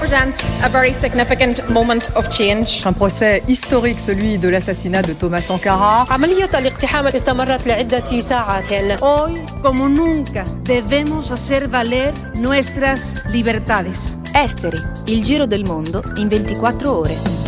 represents a very significant moment of change. Un procès historique, celui de l'assassinat de Thomas Sankara. عملية الاقتحام استمرت لعدة ساعات. Hoy, como nunca, debemos hacer valer nuestras libertades. Esteri, il giro del mondo in 24 ore.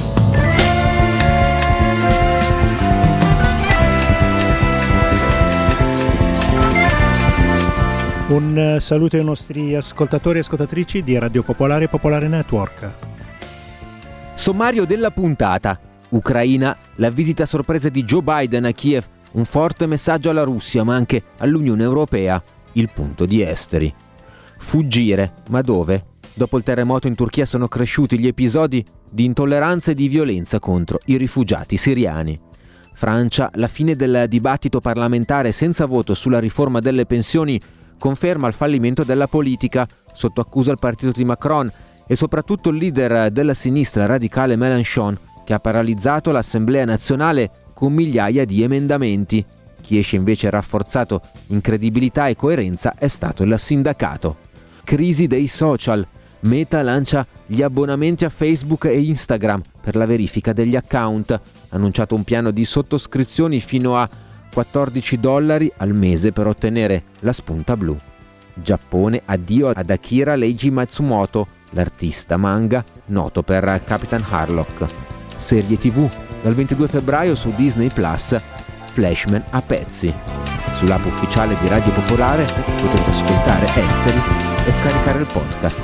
Un saluto ai nostri ascoltatori e ascoltatrici di Radio Popolare e Popolare Network. Sommario della puntata. Ucraina, la visita sorpresa di Joe Biden a Kiev, un forte messaggio alla Russia ma anche all'Unione Europea, il punto di Esteri. Fuggire, ma dove? Dopo il terremoto in Turchia sono cresciuti gli episodi di intolleranza e di violenza contro i rifugiati siriani. Francia, la fine del dibattito parlamentare senza voto sulla riforma delle pensioni conferma il fallimento della politica, sotto accusa il partito di Macron e soprattutto il leader della sinistra radicale Mélenchon, che ha paralizzato l'Assemblea nazionale con migliaia di emendamenti. Chi esce invece rafforzato in credibilità e coerenza è stato il sindacato. Crisi dei social. Meta lancia gli abbonamenti a Facebook e Instagram per la verifica degli account. Ha annunciato un piano di sottoscrizioni fino a $14 al mese per ottenere la spunta blu. Giappone, addio ad Akira Leiji Matsumoto, l'artista manga noto per Capitan Harlock. Serie TV, dal 22 febbraio su Disney Plus, Flashman a pezzi. Sull'app ufficiale di Radio Popolare potete ascoltare Esteri e scaricare il podcast.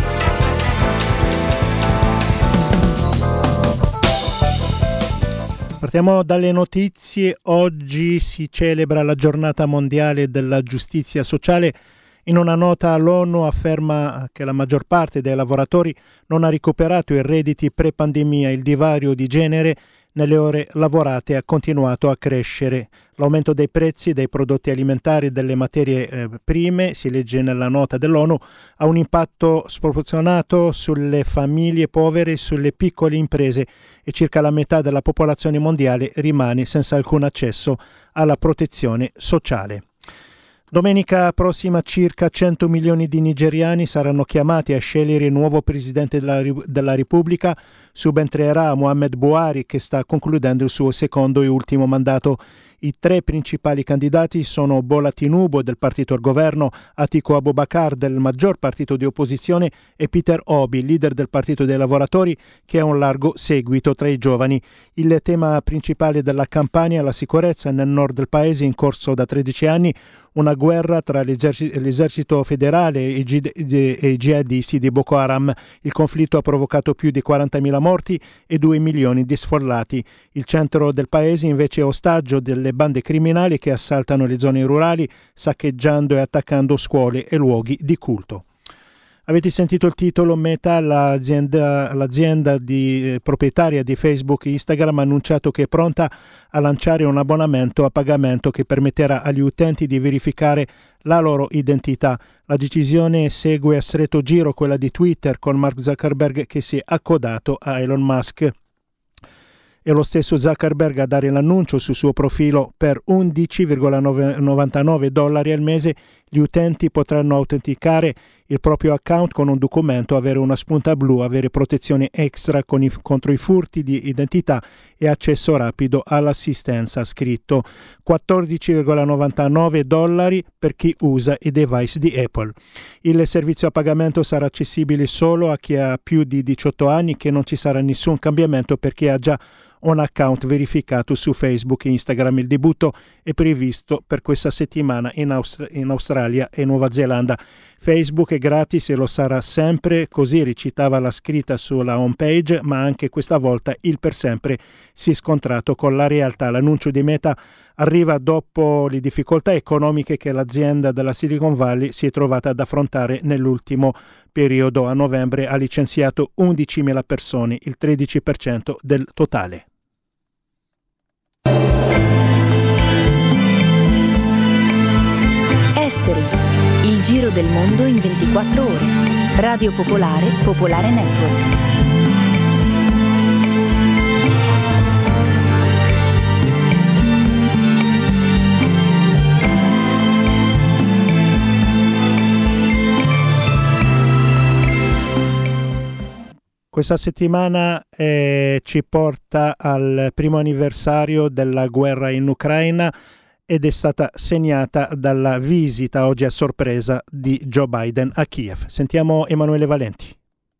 Partiamo dalle notizie. Oggi si celebra la giornata mondiale della giustizia sociale. In una nota l'ONU afferma che la maggior parte dei lavoratori non ha recuperato i redditi pre-pandemia. Il divario di genere nelle ore lavorate ha continuato a crescere. L'aumento dei prezzi dei prodotti alimentari e delle materie prime, si legge nella nota dell'ONU, ha un impatto sproporzionato sulle famiglie povere e sulle piccole imprese e circa la metà della popolazione mondiale rimane senza alcun accesso alla protezione sociale. Domenica prossima circa 100 milioni di nigeriani saranno chiamati a scegliere il nuovo presidente della Repubblica. Subentrerà Muhammad Buhari, che sta concludendo il suo secondo e ultimo mandato. I tre principali candidati sono Bola Tinubu del partito al governo, Atiku Abubakar del maggior partito di opposizione e Peter Obi, leader del partito dei lavoratori, che ha un largo seguito tra i giovani. Il tema principale della campagna è la sicurezza nel nord del paese, in corso da 13 anni una guerra tra l'esercito federale e i jihadisti di Boko Haram. Il conflitto ha provocato più di 40.000 morti e 2 milioni di sfollati. Il centro del paese invece è ostaggio delle bande criminali che assaltano le zone rurali, saccheggiando e attaccando scuole e luoghi di culto. Avete sentito il titolo. Meta, l'azienda proprietaria di Facebook e Instagram, ha annunciato che è pronta a lanciare un abbonamento a pagamento che permetterà agli utenti di verificare la loro identità. La decisione segue a stretto giro quella di Twitter, con Mark Zuckerberg che si è accodato a Elon Musk. È lo stesso Zuckerberg a dare l'annuncio sul suo profilo. Per $11,99 al mese gli utenti potranno autenticare il proprio account con un documento, avere una spunta blu, avere protezione extra contro i furti di identità e accesso rapido all'assistenza, scritto. $14,99 per chi usa i device di Apple. Il servizio a pagamento sarà accessibile solo a chi ha più di 18 anni, che non ci sarà nessun cambiamento per chi ha già un account verificato su Facebook e Instagram. Il debutto è previsto per questa settimana in Australia e Nuova Zelanda. Facebook è gratis e lo sarà sempre, così recitava la scritta sulla homepage, ma anche questa volta il per sempre si è scontrato con la realtà. L'annuncio di Meta arriva dopo le difficoltà economiche che l'azienda della Silicon Valley si è trovata ad affrontare nell'ultimo periodo. A novembre ha licenziato 11.000 persone, il 13% del totale. Esteri, il giro del mondo in 24 ore. Radio Popolare, Popolare Network. Questa settimana ci porta al primo anniversario della guerra in Ucraina ed è stata segnata dalla visita oggi a sorpresa di Joe Biden a Kiev. Sentiamo Emanuele Valenti.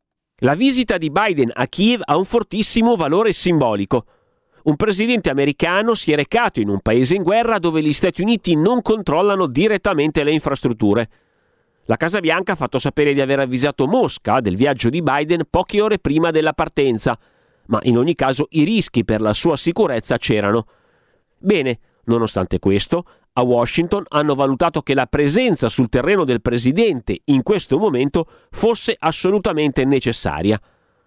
La visita di Biden a Kiev ha un fortissimo valore simbolico. Un presidente americano si è recato in un paese in guerra dove gli Stati Uniti non controllano direttamente le infrastrutture. La Casa Bianca ha fatto sapere di aver avvisato Mosca del viaggio di Biden poche ore prima della partenza, ma in ogni caso i rischi per la sua sicurezza c'erano. Bene, nonostante questo, a Washington hanno valutato che la presenza sul terreno del presidente in questo momento fosse assolutamente necessaria.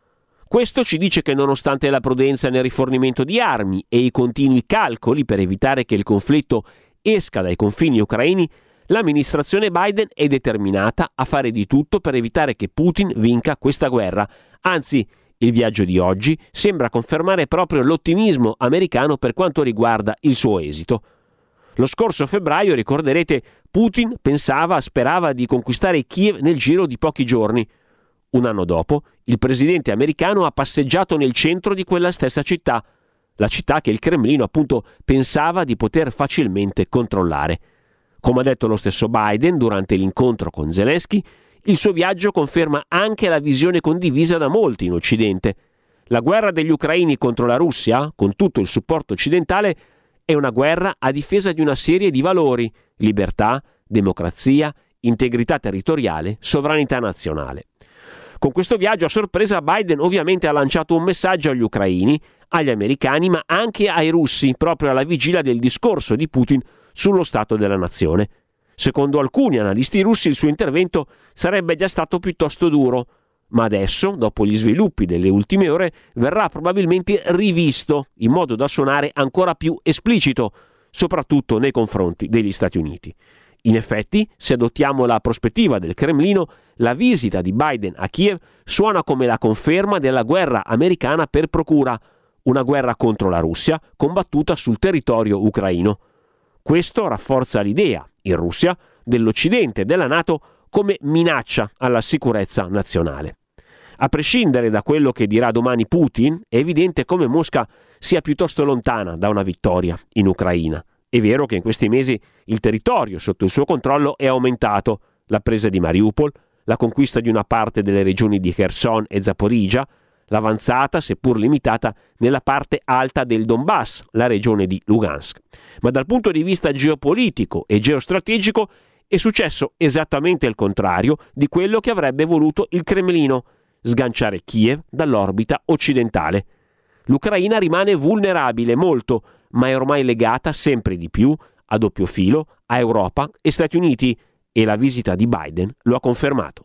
Questo ci dice che nonostante la prudenza nel rifornimento di armi e i continui calcoli per evitare che il conflitto esca dai confini ucraini, l'amministrazione Biden è determinata a fare di tutto per evitare che Putin vinca questa guerra. Anzi, il viaggio di oggi sembra confermare proprio l'ottimismo americano per quanto riguarda il suo esito. Lo scorso febbraio, ricorderete, Putin sperava di conquistare Kiev nel giro di pochi giorni. Un anno dopo, il presidente americano ha passeggiato nel centro di quella stessa città, la città che il Cremlino appunto pensava di poter facilmente controllare. Come ha detto lo stesso Biden durante l'incontro con Zelensky, il suo viaggio conferma anche la visione condivisa da molti in Occidente. La guerra degli ucraini contro la Russia, con tutto il supporto occidentale, è una guerra a difesa di una serie di valori: libertà, democrazia, integrità territoriale, sovranità nazionale. Con questo viaggio a sorpresa Biden ovviamente ha lanciato un messaggio agli ucraini, agli americani, ma anche ai russi, proprio alla vigilia del discorso di Putin sullo stato della nazione. Secondo alcuni analisti russi il suo intervento sarebbe già stato piuttosto duro, ma adesso, dopo gli sviluppi delle ultime ore, verrà probabilmente rivisto in modo da suonare ancora più esplicito, soprattutto nei confronti degli Stati Uniti. In effetti, se adottiamo la prospettiva del Cremlino, la visita di Biden a Kiev suona come la conferma della guerra americana per procura, una guerra contro la Russia combattuta sul territorio ucraino. Questo rafforza l'idea, in Russia, dell'Occidente e della NATO come minaccia alla sicurezza nazionale. A prescindere da quello che dirà domani Putin, è evidente come Mosca sia piuttosto lontana da una vittoria in Ucraina. È vero che in questi mesi il territorio sotto il suo controllo è aumentato, la presa di Mariupol, la conquista di una parte delle regioni di Kherson e Zaporizhzhia, l'avanzata, seppur limitata, nella parte alta del Donbass, la regione di Lugansk. Ma dal punto di vista geopolitico e geostrategico è successo esattamente il contrario di quello che avrebbe voluto il Cremlino: sganciare Kiev dall'orbita occidentale. L'Ucraina rimane vulnerabile molto, ma è ormai legata sempre di più, a doppio filo, a Europa e Stati Uniti, e la visita di Biden lo ha confermato.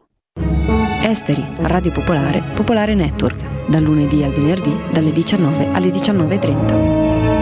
Esteri, Radio Popolare, Popolare Network, dal lunedì al venerdì, dalle 19 alle 19:30.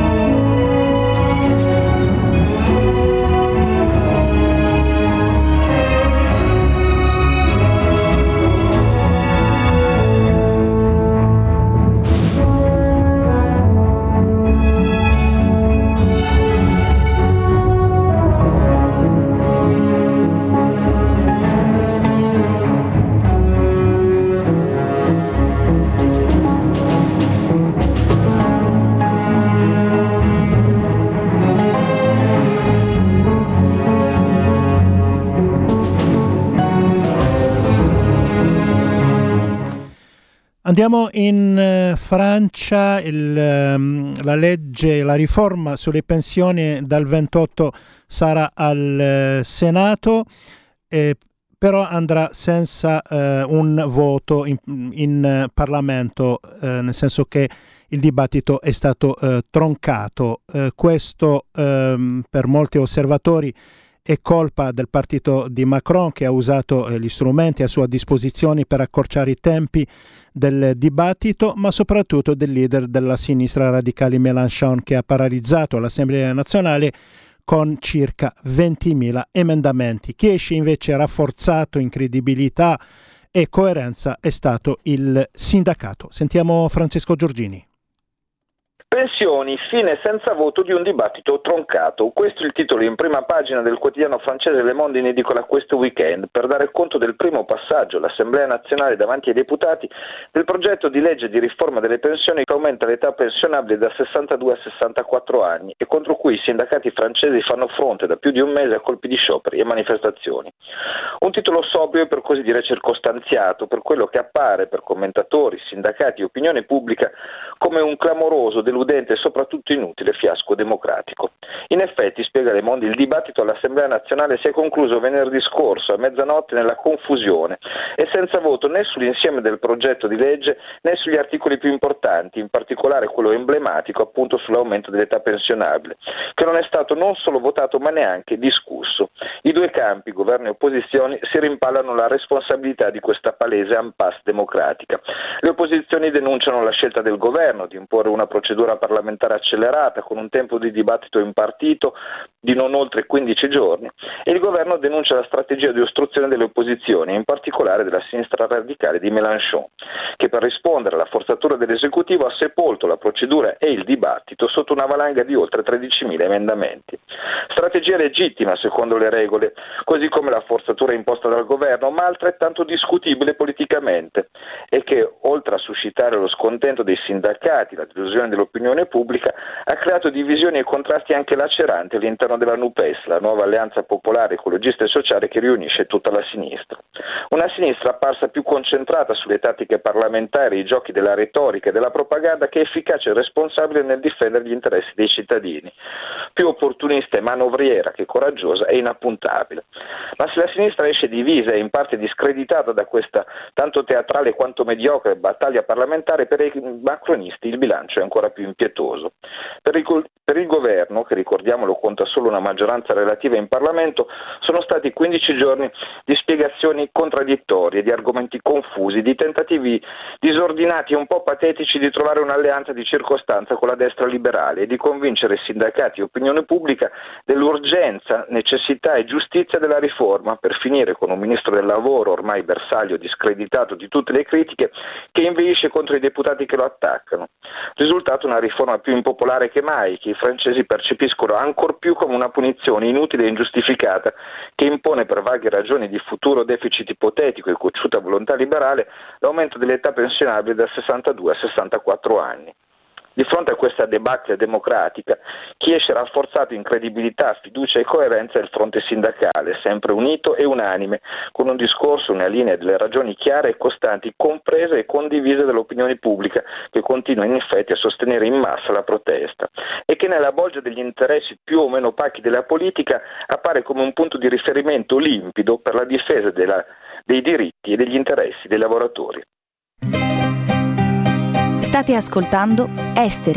Andiamo in Francia, la legge, la riforma sulle pensioni dal 28 sarà al Senato, però andrà senza un voto in Parlamento, nel senso che il dibattito è stato troncato. Questo per molti osservatori è colpa del partito di Macron, che ha usato gli strumenti a sua disposizione per accorciare i tempi del dibattito, ma soprattutto del leader della sinistra radicale Mélenchon, che ha paralizzato l'Assemblea nazionale con circa 20.000 emendamenti. Chi esce invece rafforzato in credibilità e coerenza è stato il sindacato. Sentiamo Francesco Giorgini. Pensioni, fine senza voto di un dibattito troncato. Questo è il titolo in prima pagina del quotidiano francese Le Monde in edicola questo weekend, per dare conto del primo passaggio all'Assemblea nazionale davanti ai deputati del progetto di legge di riforma delle pensioni che aumenta l'età pensionabile da 62 a 64 anni e contro cui i sindacati francesi fanno fronte da più di un mese a colpi di scioperi e manifestazioni. Un titolo sobrio e per così dire circostanziato per quello che appare per commentatori, sindacati e opinione pubblica come un clamoroso, deludente e soprattutto inutile fiasco democratico. In effetti, spiega Le Monde, il dibattito all'Assemblea nazionale si è concluso venerdì scorso a mezzanotte nella confusione e senza voto né sull'insieme del progetto di legge né sugli articoli più importanti, in particolare quello emblematico appunto sull'aumento dell'età pensionabile, che non è stato non solo votato ma neanche discusso. I due campi, governo e opposizioni, si rimpallano la responsabilità di questa palese impasse democratica. Le opposizioni denunciano la scelta del governo di imporre una procedura parlamentare accelerata con un tempo di dibattito impartito di non oltre 15 giorni e il governo denuncia la strategia di ostruzione delle opposizioni, in particolare della sinistra radicale di Mélenchon, che per rispondere alla forzatura dell'esecutivo ha sepolto la procedura e il dibattito sotto una valanga di oltre 13.000 emendamenti. Strategia legittima secondo le regole, così come la forzatura imposta dal governo, ma altrettanto discutibile politicamente e che, oltre a suscitare lo scontento dei sindacati, la delusione dell'opinione pubblica, ha creato divisioni e contrasti anche laceranti all'interno della NUPES, la nuova alleanza popolare ecologista e sociale che riunisce tutta la sinistra. Una sinistra apparsa più concentrata sulle tattiche parlamentari, i giochi della retorica e della propaganda che efficace e responsabile nel difendere gli interessi dei cittadini, più opportunista e manovriera che coraggiosa e inappuntabile. Ma se la sinistra esce divisa e in parte discreditata da questa tanto teatrale quanto mediocre battaglia parlamentare, per i macronisti il bilancio è ancora più impietoso. Per il governo, che ricordiamolo conta solo una maggioranza relativa in Parlamento, sono stati 15 giorni di spiegazioni contraddittorie, di argomenti confusi, di tentativi disordinati e un po' patetici di trovare un'alleanza di circostanza con la destra liberale e di convincere sindacati e opinione pubblica dell'urgenza, necessità e giustizia della riforma, per finire con un ministro del lavoro ormai bersaglio discreditato di tutte le critiche che inveisce contro i deputati che lo attaccano. Risultato una riforma più impopolare che mai, che i francesi percepiscono ancor più come una punizione inutile e ingiustificata che impone per vaghe ragioni di futuro deficit ipotetico e cocciuta volontà liberale l'aumento dell'età pensionabile da 62 a 64 anni. Di fronte a questa debacle democratica, chi esce rafforzato in credibilità, fiducia e coerenza è il fronte sindacale, sempre unito e unanime, con un discorso, una linea delle ragioni chiare e costanti, comprese e condivise dall'opinione pubblica, che continua in effetti a sostenere in massa la protesta, e che nella bolgia degli interessi più o meno opachi della politica appare come un punto di riferimento limpido per la difesa dei diritti e degli interessi dei lavoratori. State ascoltando Esteri.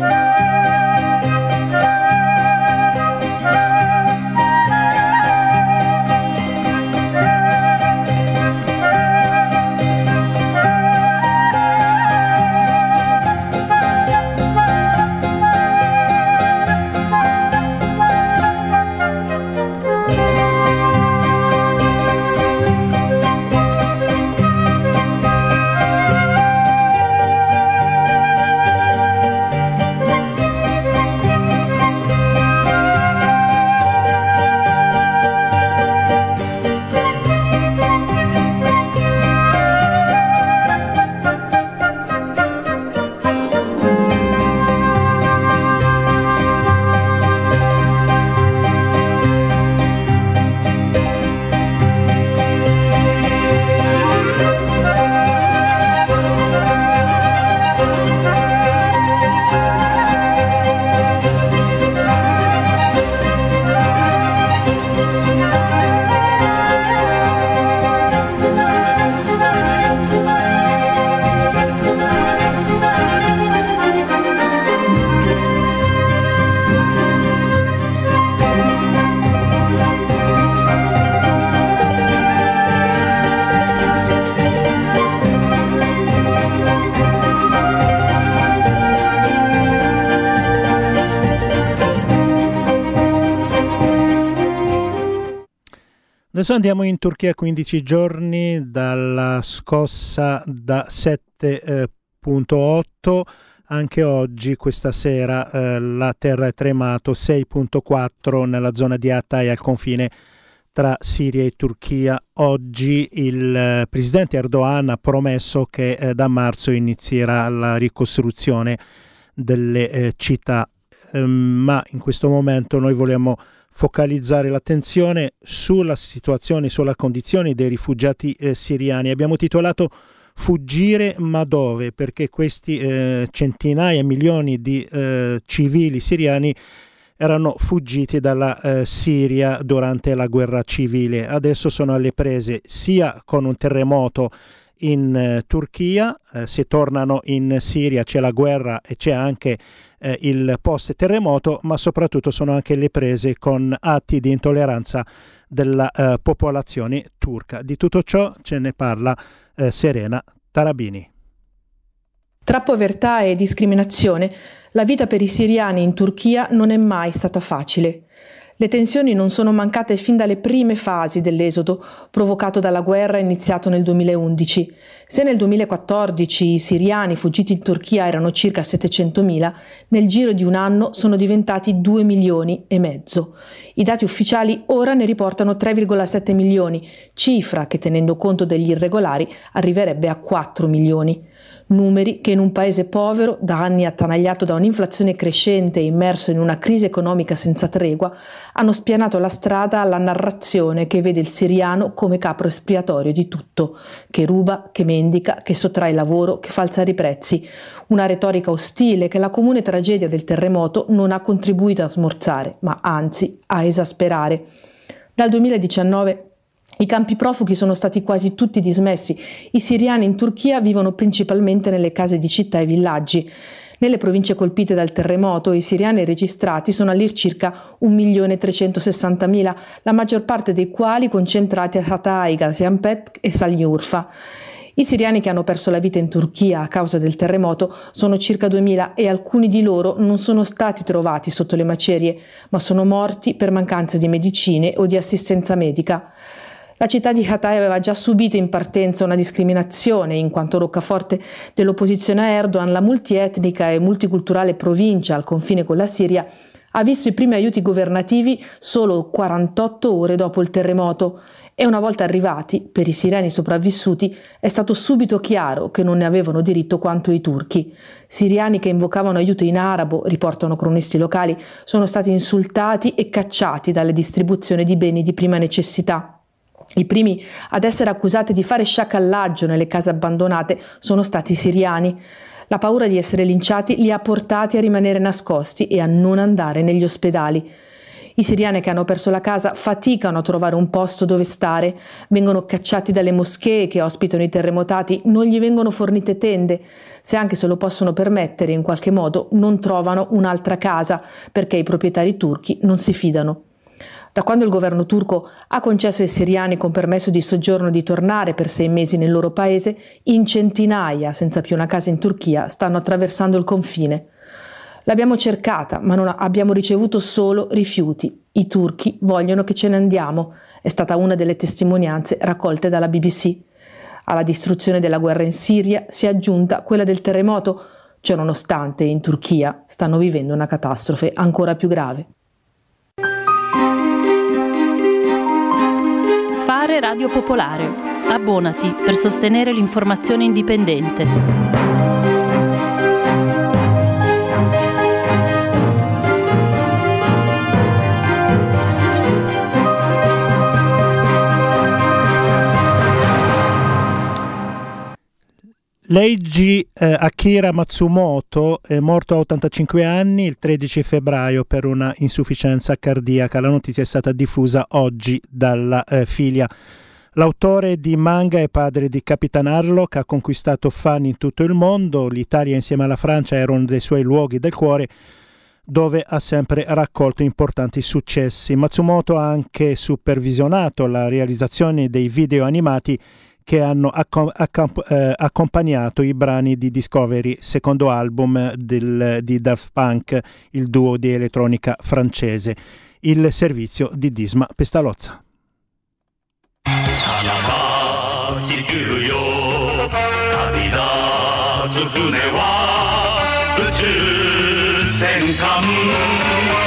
Adesso andiamo in Turchia, 15 giorni dalla scossa da 7.8 Anche oggi, questa sera, la terra è tremato 6.4 nella zona di Hatay al confine tra Siria e Turchia. Oggi il presidente Erdogan ha promesso che da marzo inizierà la ricostruzione delle città, ma in questo momento noi vogliamo focalizzare l'attenzione sulla situazione, sulla condizione dei rifugiati siriani. Abbiamo titolato Fuggire ma dove? Perché questi centinaia, milioni di civili siriani erano fuggiti dalla Siria durante la guerra civile. Adesso sono alle prese sia con un terremoto in Turchia, se tornano in Siria c'è la guerra e c'è anche il post terremoto, ma soprattutto sono anche le prese con atti di intolleranza della popolazione turca. Di tutto ciò ce ne parla Serena Tarabini. Tra povertà e discriminazione, la vita per i siriani in Turchia non è mai stata facile. Le tensioni non sono mancate fin dalle prime fasi dell'esodo provocato dalla guerra iniziato nel 2011. Se nel 2014 i siriani fuggiti in Turchia erano circa 700.000, nel giro di un anno sono diventati 2,5 milioni. I dati ufficiali ora ne riportano 3,7 milioni, cifra che tenendo conto degli irregolari arriverebbe a 4 milioni. Numeri che in un paese povero, da anni attanagliato da un'inflazione crescente e immerso in una crisi economica senza tregua, hanno spianato la strada alla narrazione che vede il siriano come capro espiatorio di tutto, che ruba, che mendica, che sottrae lavoro, che fa alzare i prezzi. Una retorica ostile che la comune tragedia del terremoto non ha contribuito a smorzare, ma anzi a esasperare. Dal 2019 i campi profughi sono stati quasi tutti dismessi. I siriani in Turchia vivono principalmente nelle case di città e villaggi. Nelle province colpite dal terremoto i siriani registrati sono all'incirca 1.360.000, la maggior parte dei quali concentrati a Hatay, Gaziantep e Şanlıurfa. I siriani che hanno perso la vita in Turchia a causa del terremoto sono circa 2.000 e alcuni di loro non sono stati trovati sotto le macerie, ma sono morti per mancanza di medicine o di assistenza medica. La città di Hatay aveva già subito in partenza una discriminazione, in quanto roccaforte dell'opposizione a Erdogan, la multietnica e multiculturale provincia al confine con la Siria ha visto i primi aiuti governativi solo 48 ore dopo il terremoto e una volta arrivati, per i siriani sopravvissuti, è stato subito chiaro che non ne avevano diritto quanto i turchi. Siriani che invocavano aiuto in arabo, riportano cronisti locali, sono stati insultati e cacciati dalle distribuzioni di beni di prima necessità. I primi ad essere accusati di fare sciacallaggio nelle case abbandonate sono stati i siriani. La paura di essere linciati li ha portati a rimanere nascosti e a non andare negli ospedali. I siriani che hanno perso la casa faticano a trovare un posto dove stare, vengono cacciati dalle moschee che ospitano i terremotati, non gli vengono fornite tende. Se anche se lo possono permettere in qualche modo, non trovano un'altra casa perché i proprietari turchi non si fidano. Da quando il governo turco ha concesso ai siriani con permesso di soggiorno di tornare per 6 mesi nel loro paese, in centinaia, senza più una casa in Turchia, stanno attraversando il confine. L'abbiamo cercata, ma non abbiamo ricevuto solo rifiuti. I turchi vogliono che ce ne andiamo, è stata una delle testimonianze raccolte dalla BBC. Alla distruzione della guerra in Siria si è aggiunta quella del terremoto, ciononostante in Turchia stanno vivendo una catastrofe ancora più grave. Fare Radio Popolare. Abbonati per sostenere l'informazione indipendente. Leiji Akira Matsumoto è morto a 85 anni il 13 febbraio per una insufficienza cardiaca. La notizia è stata diffusa oggi dalla figlia. L'autore di manga e padre di Capitan Harlock ha conquistato fan in tutto il mondo. L'Italia insieme alla Francia era uno dei suoi luoghi del cuore, dove ha sempre raccolto importanti successi. Matsumoto ha anche supervisionato la realizzazione dei video animati che hanno accompagnato i brani di Discovery, secondo album di Daft Punk, il duo di elettronica francese. Il servizio di Disma Pestalozza. 붙을 생각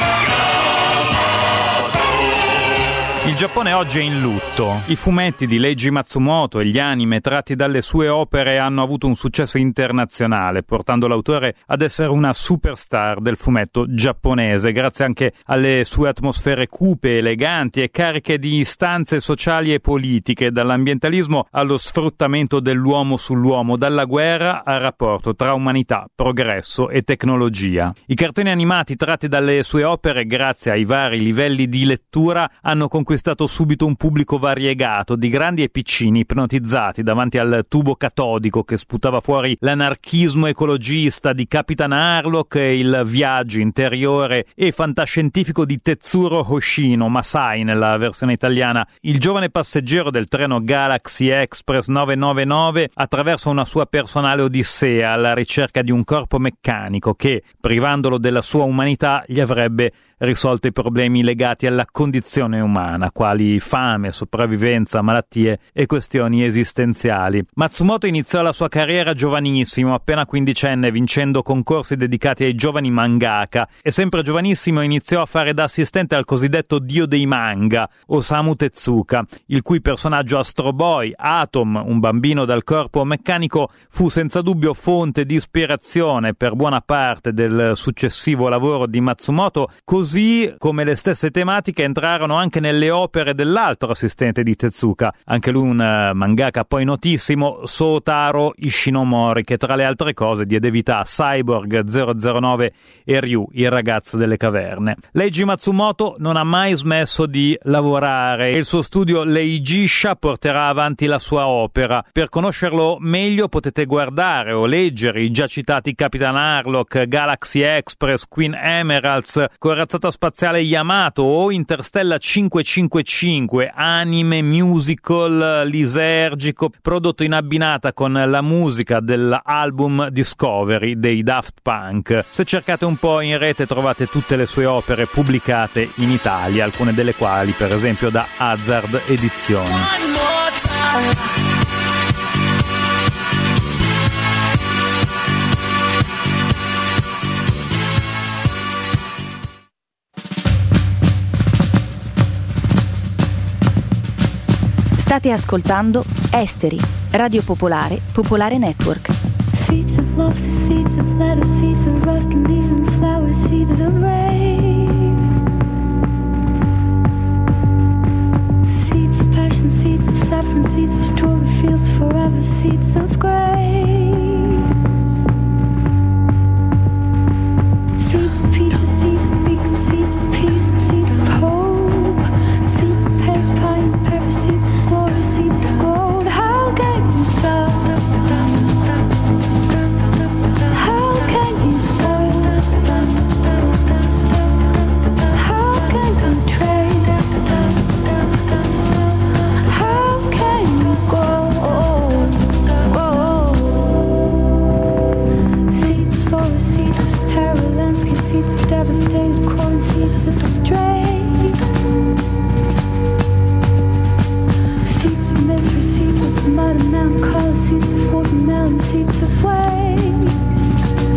Il Giappone oggi è in lutto. I fumetti di Leiji Matsumoto e gli anime tratti dalle sue opere hanno avuto un successo internazionale, portando l'autore ad essere una superstar del fumetto giapponese, grazie anche alle sue atmosfere cupe, eleganti e cariche di istanze sociali e politiche, dall'ambientalismo allo sfruttamento dell'uomo sull'uomo, dalla guerra al rapporto tra umanità, progresso e tecnologia. I cartoni animati tratti dalle sue opere, grazie ai vari livelli di lettura, hanno conquistato subito un pubblico variegato, di grandi e piccini ipnotizzati davanti al tubo catodico che sputava fuori l'anarchismo ecologista di Capitan Harlock e il viaggio interiore e fantascientifico di Tetsuro Hoshino, Masai nella versione italiana, il giovane passeggero del treno Galaxy Express 999 attraverso una sua personale odissea alla ricerca di un corpo meccanico che, privandolo della sua umanità, gli avrebbe risolto i problemi legati alla condizione umana, quali fame, sopravvivenza, malattie e questioni esistenziali. Matsumoto iniziò la sua carriera giovanissimo, appena quindicenne, vincendo concorsi dedicati ai giovani mangaka, e sempre giovanissimo iniziò a fare da assistente al cosiddetto dio dei manga, Osamu Tezuka, il cui personaggio Astro Boy, Atom, un bambino dal corpo meccanico, fu senza dubbio fonte di ispirazione per buona parte del successivo lavoro di Matsumoto, così come le stesse tematiche entrarono anche nelle opere dell'altro assistente di Tezuka, anche lui un mangaka poi notissimo, Sotaro Ishinomori, che tra le altre cose diede vita a Cyborg 009 e Ryu, il ragazzo delle caverne. Leiji Matsumoto non ha mai smesso di lavorare e il suo studio Leijisha porterà avanti la sua opera. Per conoscerlo meglio potete guardare o leggere i già citati Capitan Harlock, Galaxy Express, Queen Emeralds, Corazzata spaziale Yamato o Interstellar 555, anime musical lisergico prodotto in abbinata con la musica dell'album Discovery dei Daft Punk. Se cercate un po' in rete trovate tutte le sue opere pubblicate in Italia, alcune delle quali per esempio da Hazard Edizioni. State ascoltando Esteri, Radio Popolare, Popolare Network. Seeds of love to seeds of lettuce, seeds of rust and leaves and flowers, seeds of rain. Seeds of passion, seeds of saffron, seeds of strawberry fields forever, seeds of grace. Seeds of peaches, seeds of beacons, seeds of peace and seeds of hope. Seeds of pace, pine and pepper, seeds of glory, seeds of gold. How can you sow? How can you spoil? How can you trade? How can you grow? Seeds of sorrow, seeds of terror, landscape, seeds of devastated corn, seeds of stray. Seeds of misery, seeds of mud and melancholy, seeds of watermelon, seeds of waste.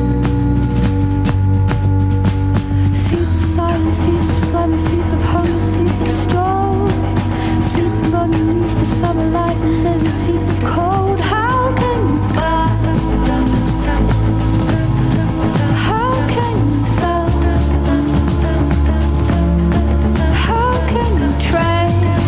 Seeds of silence, seeds of slumber, seeds of hunger, seeds of story. Seeds of underneath the summer lies and living, seeds of cold. How can you buy? How can you sell? How can you trade?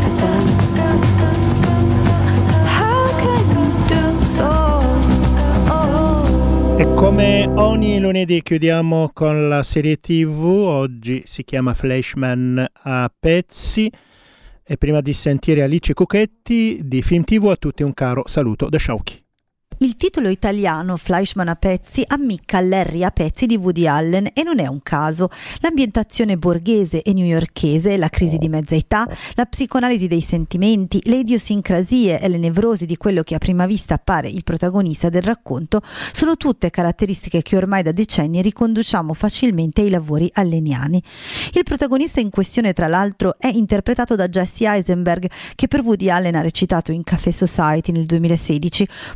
E come ogni lunedì chiudiamo con la serie TV, oggi si chiama Fleischmann a pezzi, e prima di sentire Alice Cucchetti di Film TV a tutti un caro saluto da Sciauchi. Il titolo italiano Fleischmann a pezzi ammicca all'Harry a pezzi di Woody Allen e non è un caso. L'ambientazione borghese e newyorkese, la crisi di mezza età, la psicoanalisi dei sentimenti, le idiosincrasie e le nevrosi di quello che a prima vista appare il protagonista del racconto sono tutte caratteristiche che ormai da decenni riconduciamo facilmente ai lavori alleniani. Il protagonista in questione, tra l'altro, è interpretato da Jesse Eisenberg, che per Woody Allen ha recitato in Café Society nel 2016, portando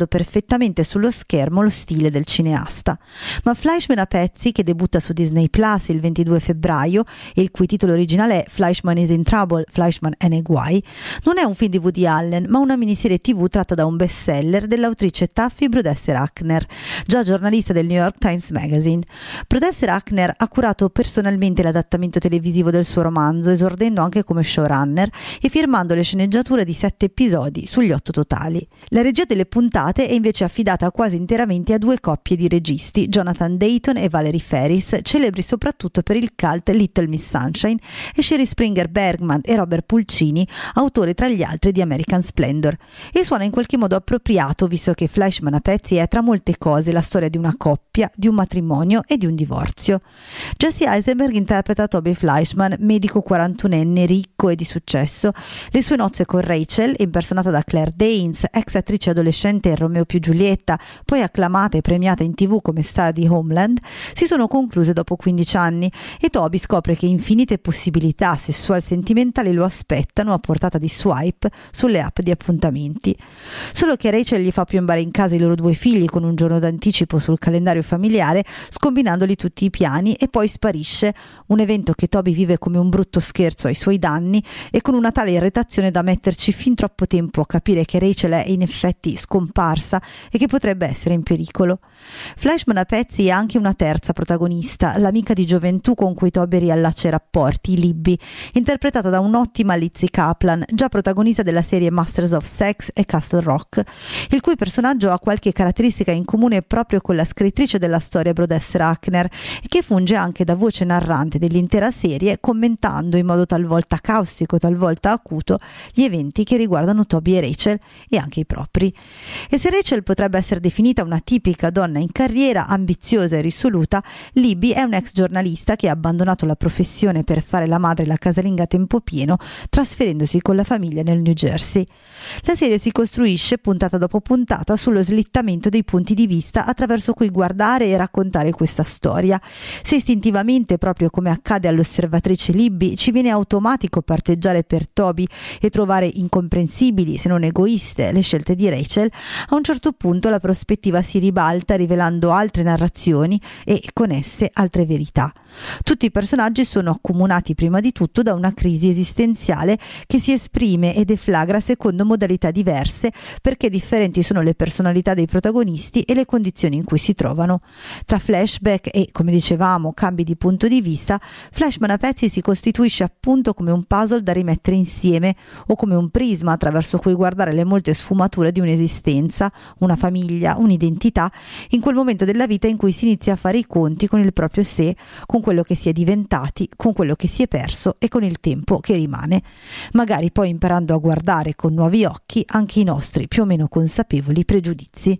incarnando perfettamente sullo schermo lo stile del cineasta. Ma Fleischman a pezzi, che debutta su Disney Plus il 22 febbraio e il cui titolo originale è Fleischman is in Trouble, Fleischman è nei guai, non è un film di Woody Allen, ma una miniserie TV tratta da un bestseller dell'autrice Taffy Brodesser-Akner, già giornalista del New York Times Magazine. Brodesser-Akner ha curato personalmente l'adattamento televisivo del suo romanzo, esordendo anche come showrunner e firmando le sceneggiature di 7 episodi sugli 8 totali. La regia delle puntate è invece affidata quasi interamente a 2 coppie di registi, Jonathan Dayton e Valerie Faris, celebri soprattutto per il cult Little Miss Sunshine, e Sherry Springer Bergman e Robert Pulcini, autori tra gli altri di American Splendor. E suona in qualche modo appropriato, visto che Fleischman a pezzi è tra molte cose la storia di una coppia, di un matrimonio e di un divorzio. Jesse Eisenberg interpreta Toby Fleischman, medico 41enne, ricco e di successo. Le sue nozze con Rachel, impersonata da Claire Danes, ex attrice adolescente in Romeo più Giulietta, poi acclamata e premiata in TV come star di Homeland, si sono concluse dopo 15 anni e Toby scopre che infinite possibilità sessual-sentimentali lo aspettano a portata di swipe sulle app di appuntamenti. Solo che Rachel gli fa piombare in casa i loro 2 figli con un giorno d'anticipo sul calendario familiare, scombinandoli tutti i piani, e poi sparisce, un evento che Toby vive come un brutto scherzo ai suoi danni e con una tale irritazione da metterci fin troppo tempo a capire che Rachel è in effetti scomparsa e che potrebbe essere in pericolo. Fleischman a pezzi è anche una terza protagonista, l'amica di gioventù con cui Toby riallaccia i rapporti, Libby, interpretata da un'ottima Lizzie Kaplan, già protagonista della serie Masters of Sex e Castle Rock, il cui personaggio ha qualche caratteristica in comune proprio con la scrittrice della storia Brodesser-Akner, e che funge anche da voce narrante dell'intera serie, commentando in modo talvolta caustico, talvolta acuto, gli eventi che riguardano Toby e Rachel e anche i propri. E se Rachel potrebbe essere definita una tipica donna in carriera, ambiziosa e risoluta, Libby è un ex giornalista che ha abbandonato la professione per fare la madre e la casalinga a tempo pieno, trasferendosi con la famiglia nel New Jersey. La serie si costruisce puntata dopo puntata sullo slittamento dei punti di vista attraverso cui guardare e raccontare questa storia. Se istintivamente, proprio come accade all'osservatrice Libby, ci viene automatico parteggiare per Toby e trovare incomprensibili, se non egoiste, le scelte di Rachel, a un certo punto la prospettiva si ribalta rivelando altre narrazioni e con esse altre verità. Tutti i personaggi sono accomunati prima di tutto da una crisi esistenziale che si esprime e deflagra secondo modalità diverse, perché differenti sono le personalità dei protagonisti e le condizioni in cui si trovano. Tra flashback e, come dicevamo, cambi di punto di vista, Fleischman a pezzi si costituisce appunto come un puzzle da rimettere insieme, o come un prisma attraverso cui guardare le molte sfumature di un'esistenza, una famiglia, un'identità, in quel momento della vita in cui si inizia a fare i conti con il proprio sé, con quello che si è diventati, con quello che si è perso e con il tempo che rimane, magari poi imparando a guardare con nuovi occhi anche i nostri più o meno consapevoli pregiudizi.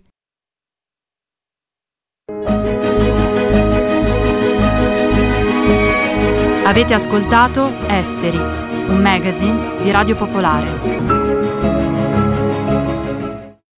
Avete ascoltato Esteri, un magazine di Radio Popolare.